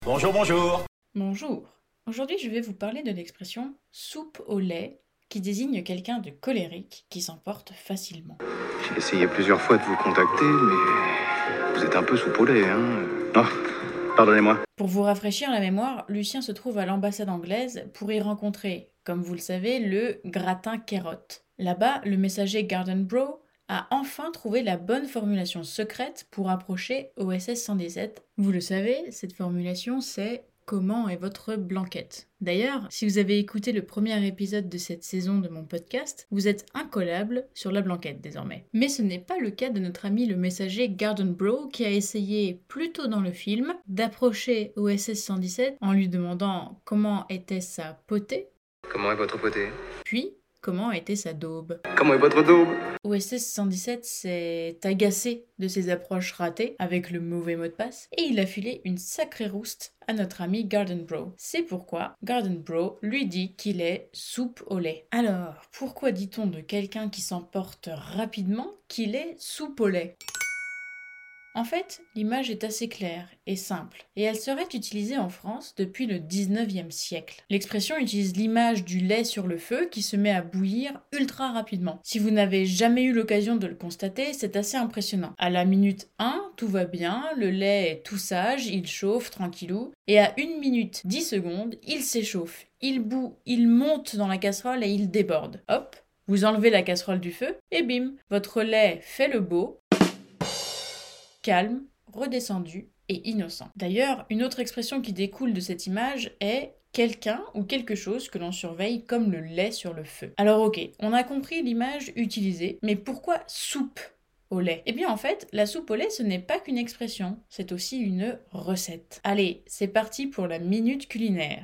Bonjour, bonjour. Bonjour. Aujourd'hui, je vais vous parler de l'expression soupe au lait qui désigne quelqu'un de colérique qui s'emporte facilement. J'ai essayé plusieurs fois de vous contacter, mais vous êtes un peu soupe au lait, hein. Oh, pardonnez-moi. Pour vous rafraîchir la mémoire, Lucien se trouve à l'ambassade anglaise pour y rencontrer, comme vous le savez, le gratin Carotte. Là-bas, le messager Garden Bro a enfin trouvé la bonne formulation secrète pour approcher OSS 117. Vous le savez, cette formulation c'est comment est votre blanquette. D'ailleurs, si vous avez écouté le premier épisode de cette saison de mon podcast, vous êtes incollable sur la blanquette désormais. Mais ce n'est pas le cas de notre ami le messager Garden Bro qui a essayé plus tôt dans le film d'approcher OSS 117 en lui demandant comment était sa potée, Comment est votre potée? puis comment était sa daube. Comment est votre daube? OSS 117 s'est agacé de ses approches ratées avec le mauvais mot de passe et il a filé une sacrée rouste à notre ami Garden Bro. C'est pourquoi Garden Bro lui dit qu'il est soupe au lait. Alors, pourquoi dit-on de quelqu'un qui s'emporte rapidement qu'il est soupe au lait ? En fait, l'image est assez claire et simple, et elle serait utilisée en France depuis le 19e siècle. L'expression utilise l'image du lait sur le feu qui se met à bouillir ultra rapidement. Si vous n'avez jamais eu l'occasion de le constater, c'est assez impressionnant. À la minute 1, tout va bien, le lait est tout sage, il chauffe tranquillou, et à 1 minute 10 secondes, il s'échauffe, il bout, il monte dans la casserole et il déborde. Hop, vous enlevez la casserole du feu, et bim, votre lait fait le beau, calme, redescendu et innocent. D'ailleurs, une autre expression qui découle de cette image est quelqu'un ou quelque chose que l'on surveille comme le lait sur le feu. Alors ok, on a compris l'image utilisée, mais pourquoi soupe au lait? Eh bien en fait, la soupe au lait ce n'est pas qu'une expression, c'est aussi une recette. Allez, c'est parti pour la minute culinaire.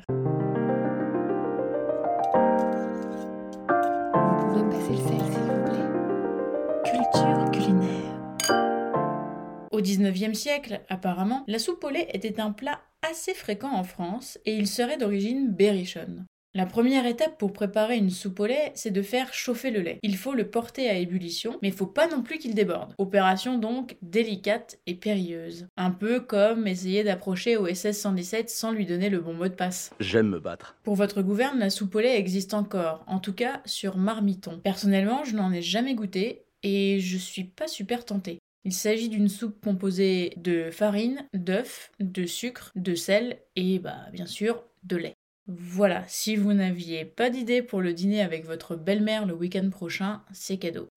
Vous pouvez passer le sel, s'il vous plaît. Culture culinaire. Au 19e siècle, apparemment, la soupe au lait était un plat assez fréquent en France et il serait d'origine berrichonne. La première étape pour préparer une soupe au lait, c'est de faire chauffer le lait. Il faut le porter à ébullition, mais il faut pas non plus qu'il déborde. Opération donc délicate et périlleuse. Un peu comme essayer d'approcher OSS 117 sans lui donner le bon mot de passe. J'aime me battre. Pour votre gouverne, la soupe au lait existe encore, en tout cas sur marmiton. Personnellement, je n'en ai jamais goûté et je suis pas super tentée. Il s'agit d'une soupe composée de farine, d'œufs, de sucre, de sel et bien sûr de lait. Voilà, si vous n'aviez pas d'idée pour le dîner avec votre belle-mère le week-end prochain, c'est cadeau.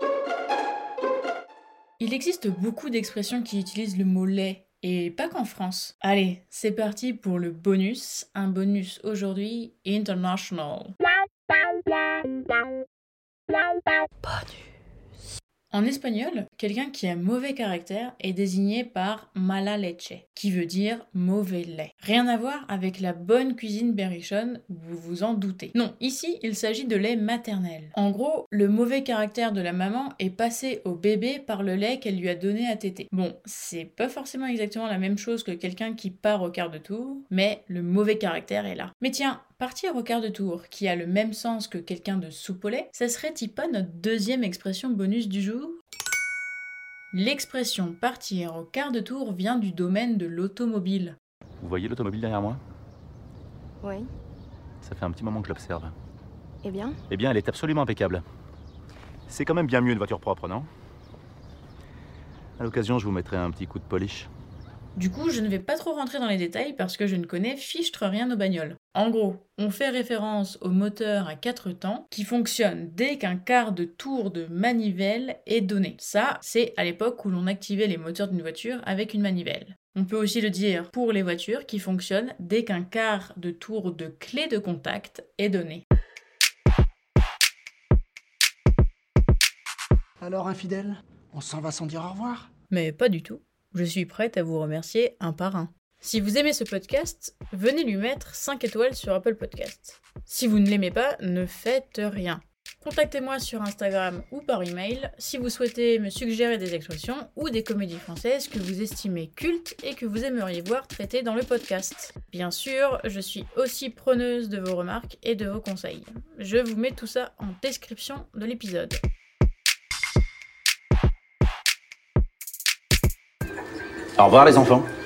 Il existe beaucoup d'expressions qui utilisent le mot lait, et pas qu'en France. Allez, c'est parti pour le bonus. Un bonus aujourd'hui international. En espagnol, quelqu'un qui a mauvais caractère est désigné par mala leche, qui veut dire mauvais lait. Rien à voir avec la bonne cuisine berrichonne, vous vous en doutez. Non, ici, il s'agit de lait maternel. En gros, le mauvais caractère de la maman est passé au bébé par le lait qu'elle lui a donné à téter. Bon, c'est pas forcément exactement la même chose que quelqu'un qui part au quart de tour, mais le mauvais caractère est là. Mais tiens, partir au quart de tour, qui a le même sens que quelqu'un de soupe au lait, ça serait-il pas notre deuxième expression bonus du jour ? L'expression partir au quart de tour vient du domaine de l'automobile. Vous voyez l'automobile derrière moi? Oui. Ça fait un petit moment que je l'observe. Eh bien, Eh bien, elle est absolument impeccable. C'est quand même bien mieux une voiture propre, non? À l'occasion, je vous mettrai un petit coup de polish. Du coup, je ne vais pas trop rentrer dans les détails parce que je ne connais fichtre rien aux bagnoles. En gros, on fait référence au moteur à 4 temps qui fonctionne dès qu'un quart de tour de manivelle est donné. Ça, c'est à l'époque où l'on activait les moteurs d'une voiture avec une manivelle. On peut aussi le dire pour les voitures qui fonctionnent dès qu'un quart de tour de clé de contact est donné. Alors, infidèle, on s'en va sans dire au revoir? Mais pas du tout. Je suis prête à vous remercier un par un. Si vous aimez ce podcast, venez lui mettre 5 étoiles sur Apple Podcast. Si vous ne l'aimez pas, ne faites rien. Contactez-moi sur Instagram ou par email si vous souhaitez me suggérer des expressions ou des comédies françaises que vous estimez cultes et que vous aimeriez voir traitées dans le podcast. Bien sûr, je suis aussi preneuse de vos remarques et de vos conseils. Je vous mets tout ça en description de l'épisode. Au revoir les enfants.